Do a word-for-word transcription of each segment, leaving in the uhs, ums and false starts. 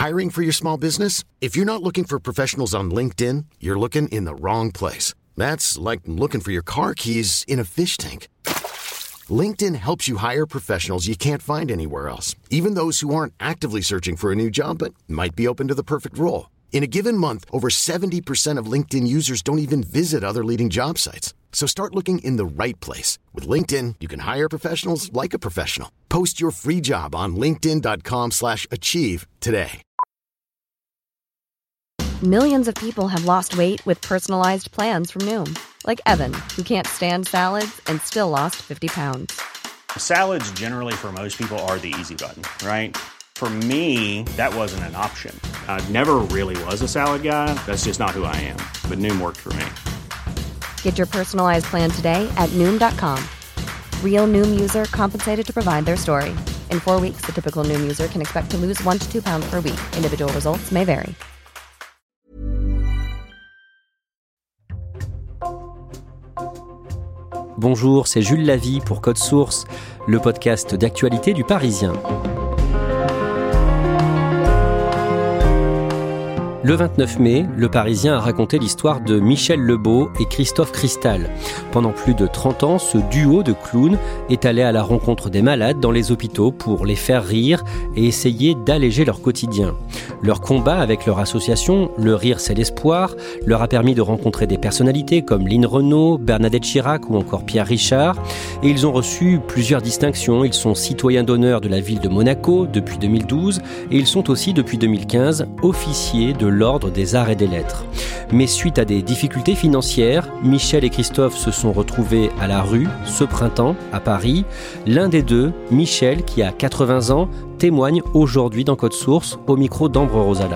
Hiring for your small business? If you're not looking for professionals on LinkedIn, you're looking in the wrong place. That's like looking for your car keys in a fish tank. LinkedIn helps you hire professionals you can't find anywhere else, even those who aren't actively searching for a new job but might be open to the perfect role. In a given month, over seventy percent of LinkedIn users don't even visit other leading job sites. So start looking in the right place. With LinkedIn, you can hire professionals like a professional. Post your free job on linkedin.com slash achieve today. Millions of people have lost weight with personalized plans from Noom. Like Evan, who can't stand salads and still lost fifty pounds. Salads generally for most people are the easy button, right? For me, that wasn't an option. I never really was a salad guy. That's just not who I am. But Noom worked for me. Get your personalized plan today at Noom dot com. Real Noom user compensated to provide their story. In four weeks, the typical Noom user can expect to lose one to two pounds per week. Individual results may vary. Bonjour, c'est Jules Lavie pour Code Source, le podcast d'actualité du Parisien. Le vingt-neuf mai, Le Parisien a raconté l'histoire de Michel Lebeau et Christophe Cristal. Pendant plus de trente ans, ce duo de clowns est allé à la rencontre des malades dans les hôpitaux pour les faire rire et essayer d'alléger leur quotidien. Leur combat avec leur association, Le Rire c'est l'Espoir, leur a permis de rencontrer des personnalités comme Lynn Renaud, Bernadette Chirac ou encore Pierre Richard. Et ils ont reçu plusieurs distinctions. Ils sont citoyens d'honneur de la ville de Monaco depuis deux mille douze et ils sont aussi depuis deux mille quinze officiers de l'Ordre des Arts et des Lettres. Mais suite à des difficultés financières, Michel et Christophe se sont retrouvés à la rue ce printemps à Paris. L'un des deux, Michel, qui a quatre-vingts ans, témoigne aujourd'hui dans Code Source au micro d'Ambre Rosala.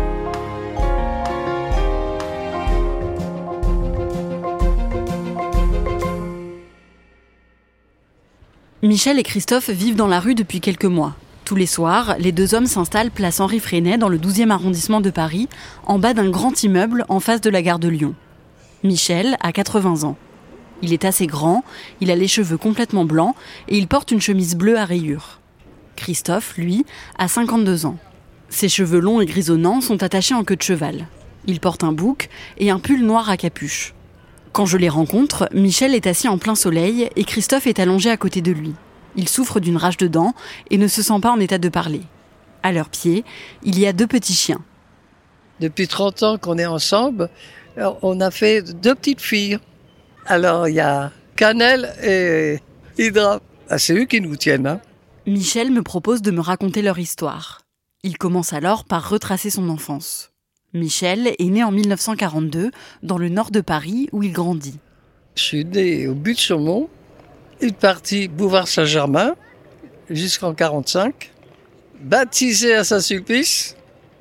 Michel et Christophe vivent dans la rue depuis quelques mois. Tous les soirs, les deux hommes s'installent place Henri Freinet dans le douzième arrondissement de Paris, en bas d'un grand immeuble en face de la gare de Lyon. Michel a quatre-vingts ans. Il est assez grand, il a les cheveux complètement blancs et il porte une chemise bleue à rayures. Christophe, lui, a cinquante-deux ans. Ses cheveux longs et grisonnants sont attachés en queue de cheval. Il porte un bouc et un pull noir à capuche. Quand je les rencontre, Michel est assis en plein soleil et Christophe est allongé à côté de lui. Il souffre d'une rage de dents et ne se sent pas en état de parler. À leurs pieds, il y a deux petits chiens. Depuis trente ans qu'on est ensemble, on a fait deux petites filles. Alors, il y a Cannelle et Hydra. Ah, c'est eux qui nous tiennent. Hein. Michel me propose de me raconter leur histoire. Il commence alors par retracer son enfance. Michel est né en dix-neuf cent quarante-deux, dans le nord de Paris, où il grandit. Je suis né au Butte-Chaumont. Une partie Boulevard Saint-Germain, jusqu'en quarante-cinq, baptisé à Saint-Sulpice.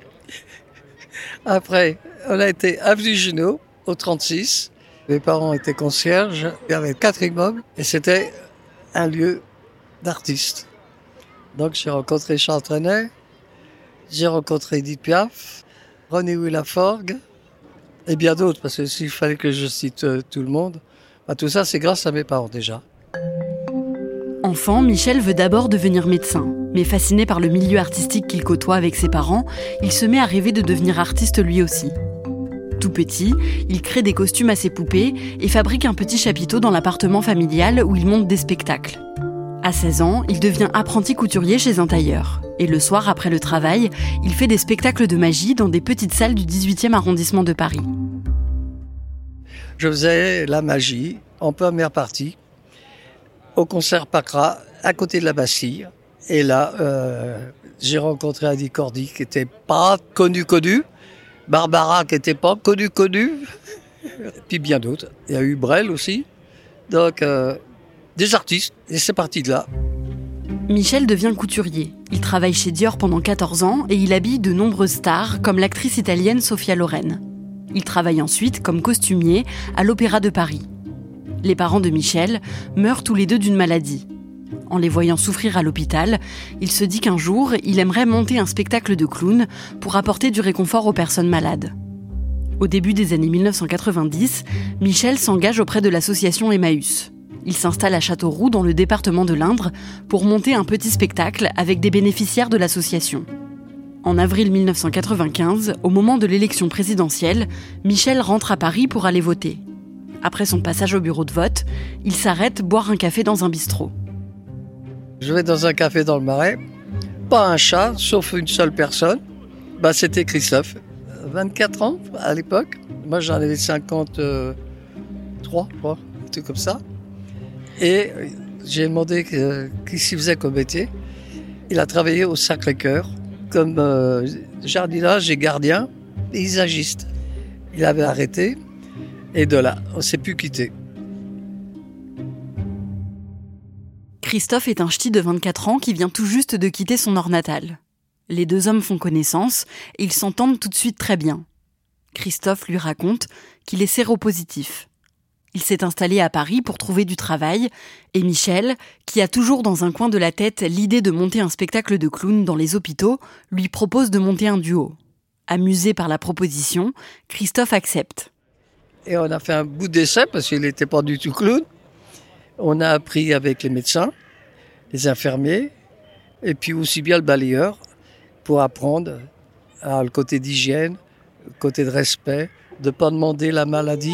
Après, on a été avenue Junot, au trente-six. Mes parents étaient concierges, il y avait quatre immeubles, et c'était un lieu d'artistes. Donc j'ai rencontré Charles Trenet, j'ai rencontré Edith Piaf, René-Louis Laforgue, et bien d'autres, parce que s'il fallait que je cite euh, tout le monde, bah, tout ça c'est grâce à mes parents déjà. Enfant, Michel veut d'abord devenir médecin, mais fasciné par le milieu artistique qu'il côtoie avec ses parents, il se met à rêver de devenir artiste lui aussi. Tout petit, il crée des costumes à ses poupées et fabrique un petit chapiteau dans l'appartement familial où il monte des spectacles. À seize ans, il devient apprenti couturier chez un tailleur. Et le soir, après le travail, il fait des spectacles de magie dans des petites salles du dix-huitième arrondissement de Paris. Je faisais la magie en première partie, au concert Pacra, à côté de la Bastille. Et là, euh, j'ai rencontré Adi Cordy, qui n'était pas connu-connu, Barbara, qui n'était pas connue-connue, puis bien d'autres. Il y a eu Brel aussi. Donc, euh, des artistes, et c'est parti de là. Michel devient couturier. Il travaille chez Dior pendant quatorze ans et il habille de nombreuses stars, comme l'actrice italienne Sophia Loren. Il travaille ensuite comme costumier à l'Opéra de Paris. Les parents de Michel meurent tous les deux d'une maladie. En les voyant souffrir à l'hôpital, il se dit qu'un jour, il aimerait monter un spectacle de clown pour apporter du réconfort aux personnes malades. Au début des années dix-neuf cent quatre-vingt-dix, Michel s'engage auprès de l'association Emmaüs. Il s'installe à Châteauroux, dans le département de l'Indre, pour monter un petit spectacle avec des bénéficiaires de l'association. En avril mille neuf cent quatre-vingt-quinze, au moment de l'élection présidentielle, Michel rentre à Paris pour aller voter. Après son passage au bureau de vote, il s'arrête boire un café dans un bistrot. Je vais dans un café dans le Marais, pas un chat, sauf une seule personne. Bah, c'était Christophe, vingt-quatre ans à l'époque. Moi, j'en avais cinquante-trois, je crois, un truc comme ça. Et j'ai demandé qu'est-ce qu'il faisait comme métier. Il a travaillé au Sacré-Cœur comme euh, jardinage et gardien, paysagiste. Il avait arrêté et de là, on ne s'est plus quitté. Christophe est un ch'ti de vingt-quatre ans qui vient tout juste de quitter son Nord natal. Les deux hommes font connaissance et ils s'entendent tout de suite très bien. Christophe lui raconte qu'il est séropositif. Il s'est installé à Paris pour trouver du travail et Michel, qui a toujours dans un coin de la tête l'idée de monter un spectacle de clown dans les hôpitaux, lui propose de monter un duo. Amusé par la proposition, Christophe accepte. Et on a fait un bout d'essai parce qu'il n'était pas du tout clown. On a appris avec les médecins, les infirmiers et puis aussi bien le balayeur pour apprendre à, le côté d'hygiène, le côté de respect, de ne pas demander la maladie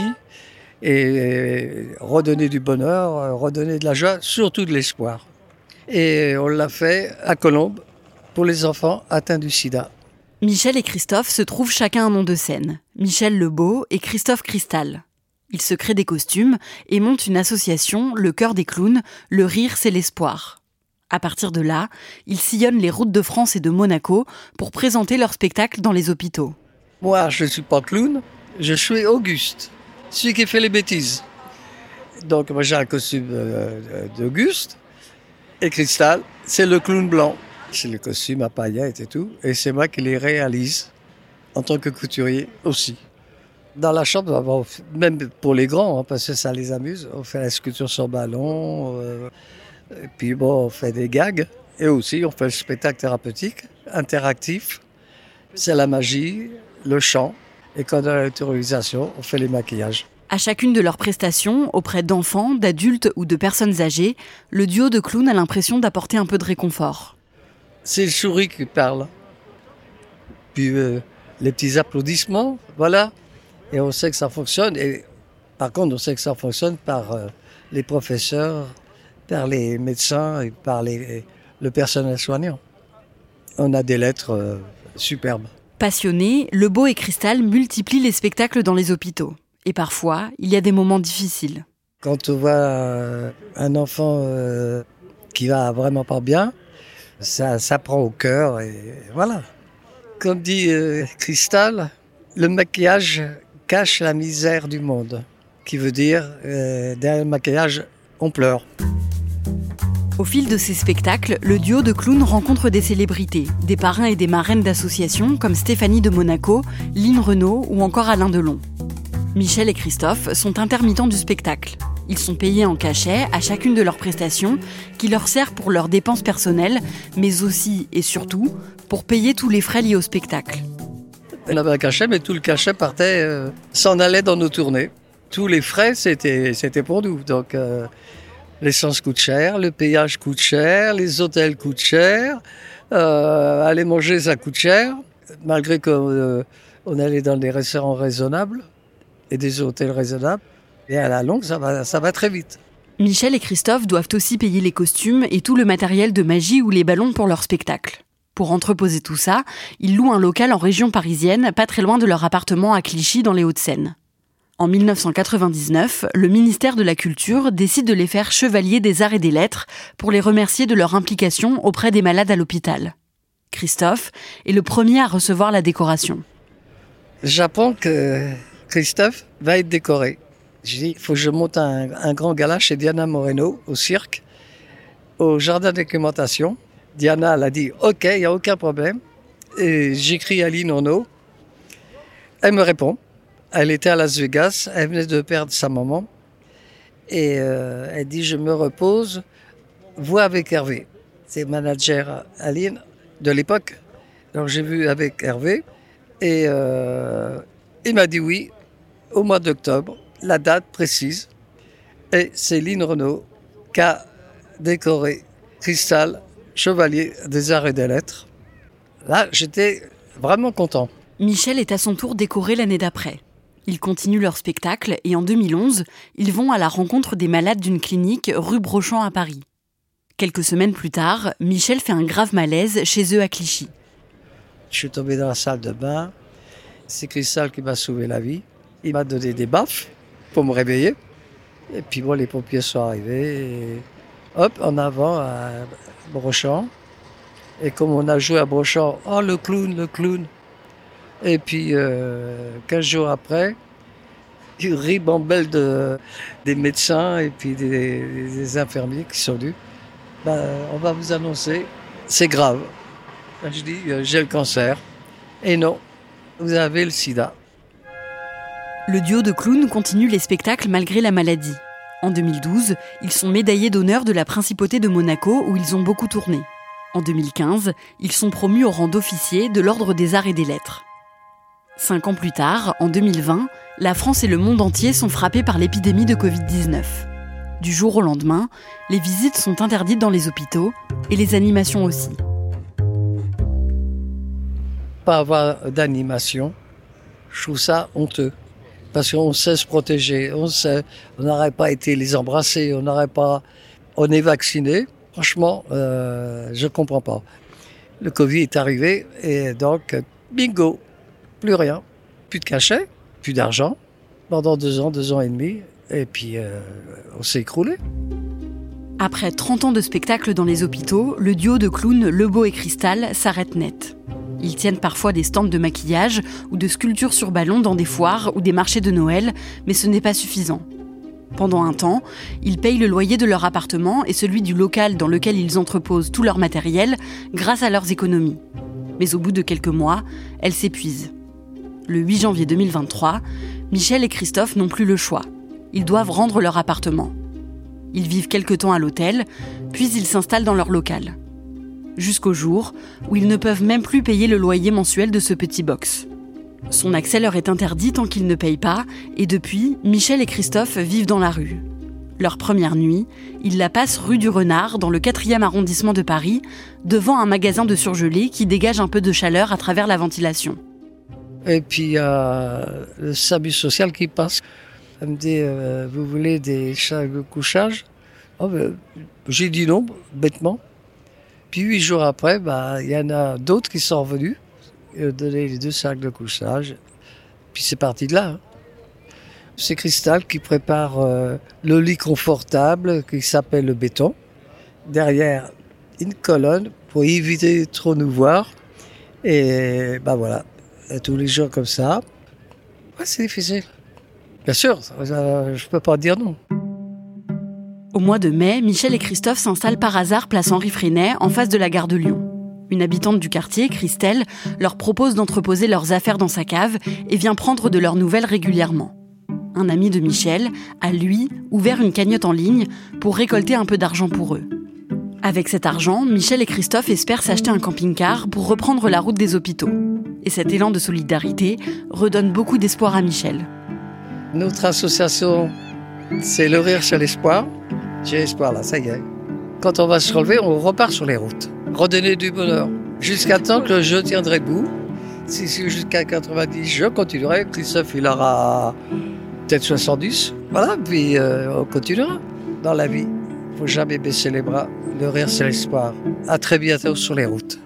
et redonner du bonheur, redonner de la joie, surtout de l'espoir. Et on l'a fait à Colombes pour les enfants atteints du sida. Michel et Christophe se trouvent chacun un nom de scène, Michel Lebeau et Christophe Cristal. Ils se créent des costumes et montent une association, le Chœur des Clowns, le rire c'est l'espoir. À partir de là, ils sillonnent les routes de France et de Monaco pour présenter leur spectacle dans les hôpitaux. Moi, je ne suis pas clown, je suis Auguste, celui qui fait les bêtises. Donc moi j'ai un costume euh, d'Auguste et Cristal, c'est le clown blanc. C'est le costume à paillettes et tout, et c'est moi qui les réalise en tant que couturier aussi. Dans la chambre, même pour les grands, hein, parce que ça les amuse, on fait la sculpture sur ballon, euh, et puis bon, on fait des gags, et aussi on fait le spectacle thérapeutique, interactif. C'est la magie, le chant, et quand on a l'autorisation, on fait les maquillages. À chacune de leurs prestations, auprès d'enfants, d'adultes ou de personnes âgées, le duo de clowns a l'impression d'apporter un peu de réconfort. C'est le sourire qui parle. Puis euh, les petits applaudissements, voilà. Et on sait que ça fonctionne. Et par contre, on sait que ça fonctionne par euh, les professeurs, par les médecins et par les, le personnel soignant. On a des lettres euh, superbes. Passionnés, Lebeau et Cristal multiplient les spectacles dans les hôpitaux. Et parfois, il y a des moments difficiles. Quand on voit euh, un enfant euh, qui va vraiment pas bien, ça, ça prend au cœur et voilà. Comme dit euh, Cristal, le maquillage cache la misère du monde. Qui veut dire, euh, derrière le maquillage, on pleure. Au fil de ces spectacles, le duo de clowns rencontre des célébrités, des parrains et des marraines d'associations comme Stéphanie de Monaco, Line Renaud ou encore Alain Delon. Michel et Christophe sont intermittents du spectacle. Ils sont payés en cachet à chacune de leurs prestations, qui leur sert pour leurs dépenses personnelles, mais aussi et surtout pour payer tous les frais liés au spectacle. On avait un cachet, mais tout le cachet partait, euh, s'en allait dans nos tournées. Tous les frais, c'était, c'était pour nous. Donc, euh, l'essence coûte cher, le payage coûte cher, les hôtels coûtent cher, euh, aller manger, ça coûte cher, malgré qu'on euh, on allait dans des restaurants raisonnables et des hôtels raisonnables. Et à la longue, ça va, ça va très vite. Michel et Christophe doivent aussi payer les costumes et tout le matériel de magie ou les ballons pour leur spectacle. Pour entreposer tout ça, ils louent un local en région parisienne, pas très loin de leur appartement à Clichy dans les Hauts-de-Seine. En dix-neuf cent quatre-vingt-dix-neuf, le ministère de la Culture décide de les faire chevaliers des arts et des lettres pour les remercier de leur implication auprès des malades à l'hôpital. Christophe est le premier à recevoir la décoration. J'apprends que Christophe va être décoré. Je dis, il faut que je monte un, un grand gala chez Diana Moreno, au cirque, au jardin de documentation. Diana, elle a dit, OK, il n'y a aucun problème. Et j'écris à Line Renaud. Elle me répond. Elle était à Las Vegas, elle venait de perdre sa maman. Et euh, elle dit, je me repose, vois avec Hervé. C'est le manager à Line de l'époque. Alors j'ai vu avec Hervé. Et euh, il m'a dit oui, au mois d'octobre, la date précise. Et c'est Line Renaud qui a décoré Cristal, chevalier des arts et des lettres. Là, j'étais vraiment content. Michel est à son tour décoré l'année d'après. Ils continuent leur spectacle et en deux mille onze, ils vont à la rencontre des malades d'une clinique rue Brochant à Paris. Quelques semaines plus tard, Michel fait un grave malaise chez eux à Clichy. Je suis tombé dans la salle de bain. C'est Cristal qui m'a sauvé la vie. Il m'a donné des baffes pour me réveiller. Et puis bon, les pompiers sont arrivés. Et hop, en avant à Brochant. Et comme on a joué à Brochant, oh le clown, le clown. Et puis euh, quinze jours après, une ribambelle de, des médecins et puis des, des infirmiers qui sont venus. Ben, on va vous annoncer, c'est grave. Je dis, j'ai le cancer. Et non, vous avez le sida. Le duo de clowns continue les spectacles malgré la maladie. En deux mille douze, ils sont médaillés d'honneur de la principauté de Monaco où ils ont beaucoup tourné. En deux mille quinze, ils sont promus au rang d'officier de l'Ordre des Arts et des Lettres. Cinq ans plus tard, en deux mille vingt, la France et le monde entier sont frappés par l'épidémie de covid dix-neuf. Du jour au lendemain, les visites sont interdites dans les hôpitaux et les animations aussi. Pas avoir d'animation, je trouve ça honteux. Parce qu'on sait se protéger, on sait, on n'aurait pas été les embrasser, on n'aurait pas, on est vacciné. Franchement, euh, je comprends pas. Le Covid est arrivé et donc, bingo, plus rien. Plus de cachet, plus d'argent. Pendant deux ans, deux ans et demi, et puis euh, on s'est écroulé. Après trente ans de spectacles dans les hôpitaux, le duo de clowns Lebeau et Cristal s'arrête net. Ils tiennent parfois des stands de maquillage ou de sculptures sur ballon dans des foires ou des marchés de Noël, mais ce n'est pas suffisant. Pendant un temps, ils payent le loyer de leur appartement et celui du local dans lequel ils entreposent tout leur matériel grâce à leurs économies. Mais au bout de quelques mois, elles s'épuisent. Le huit janvier deux mille vingt-trois, Michel et Christophe n'ont plus le choix. Ils doivent rendre leur appartement. Ils vivent quelque temps à l'hôtel, puis ils s'installent dans leur local. Jusqu'au jour où ils ne peuvent même plus payer le loyer mensuel de ce petit box. Son accès leur est interdit tant qu'ils ne payent pas, et depuis, Michel et Christophe vivent dans la rue. Leur première nuit, ils la passent rue du Renard, dans le quatrième arrondissement de Paris, devant un magasin de surgelés qui dégage un peu de chaleur à travers la ventilation. Et puis il y a le SAMU social qui passe. Elle me dit, euh, vous voulez des sacs de couchage ? Oh, ben, j'ai dit non, bêtement. Puis huit jours après, bah, y en a d'autres qui sont revenus, et ont donné les deux sacs de couchage. Puis c'est parti de là. Hein. C'est Cristal qui prépare euh, le lit confortable qui s'appelle le béton. Derrière, une colonne pour éviter de trop nous voir. Et bah voilà, et tous les jours comme ça. Ouais, c'est difficile. Bien sûr, euh, je ne peux pas dire non. Au mois de mai, Michel et Christophe s'installent par hasard place Henri Freinet, en face de la gare de Lyon. Une habitante du quartier, Christelle, leur propose d'entreposer leurs affaires dans sa cave et vient prendre de leurs nouvelles régulièrement. Un ami de Michel a, lui, ouvert une cagnotte en ligne pour récolter un peu d'argent pour eux. Avec cet argent, Michel et Christophe espèrent s'acheter un camping-car pour reprendre la route des hôpitaux. Et cet élan de solidarité redonne beaucoup d'espoir à Michel. Notre association, c'est le rire sur l'espoir. J'ai espoir là, ça y est. Quand on va se relever, on repart sur les routes. Redonner du bonheur. Jusqu'à temps que je tiendrai debout. Si c'est jusqu'à quatre-vingt-dix, je continuerai. Christophe, il aura peut-être soixante-dix. Voilà, puis euh, on continuera dans la vie. Il ne faut jamais baisser les bras. Le rire, c'est l'espoir. À très bientôt sur les routes.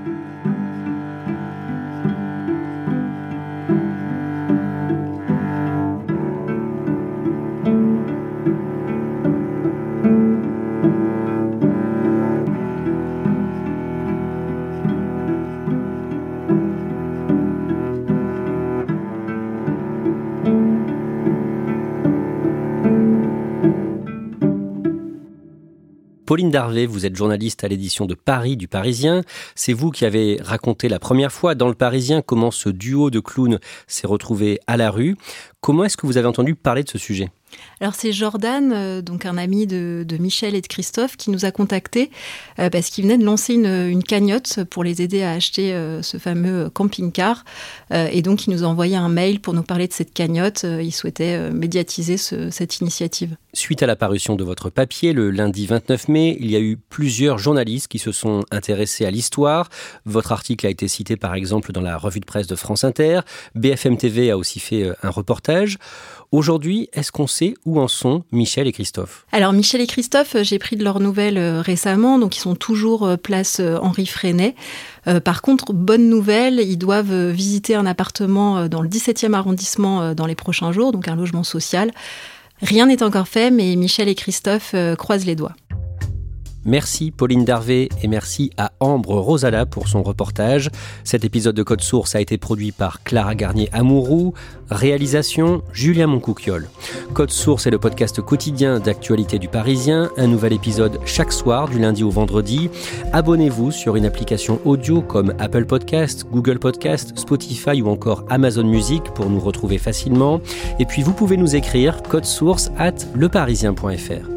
Pauline Darvé, vous êtes journaliste à l'édition de Paris du Parisien. C'est vous qui avez raconté la première fois dans le Parisien comment ce duo de clowns s'est retrouvé à la rue. Comment est-ce que vous avez entendu parler de ce sujet ? Alors c'est Jordan, euh, donc un ami de, de Michel et de Christophe, qui nous a contactés euh, parce qu'il venait de lancer une, une cagnotte pour les aider à acheter euh, ce fameux camping-car. Euh, et donc il nous a envoyé un mail pour nous parler de cette cagnotte. Euh, il souhaitait euh, médiatiser ce, cette initiative. Suite à la parution de votre papier, le lundi vingt-neuf mai, il y a eu plusieurs journalistes qui se sont intéressés à l'histoire. Votre article a été cité par exemple dans la revue de presse de France Inter. B F M T V a aussi fait un reportage. Aujourd'hui, est-ce qu'on sait où en sont Michel et Christophe ? Alors Michel et Christophe, j'ai pris de leurs nouvelles récemment, donc ils sont toujours place Henri Freinet. Euh, par contre, bonne nouvelle, ils doivent visiter un appartement dans le dix-septième arrondissement dans les prochains jours, donc un logement social. Rien n'est encore fait, mais Michel et Christophe croisent les doigts. Merci Pauline Darvé et merci à Ambre Rosala pour son reportage. Cet épisode de Code Source a été produit par Clara Garnier-Amouroux. Réalisation, Julien Moncouquiol. Code Source est le podcast quotidien d'actualité du Parisien. Un nouvel épisode chaque soir, du lundi au vendredi. Abonnez-vous sur une application audio comme Apple Podcast, Google Podcast, Spotify ou encore Amazon Music pour nous retrouver facilement. Et puis vous pouvez nous écrire code source arobase leparisien point f r.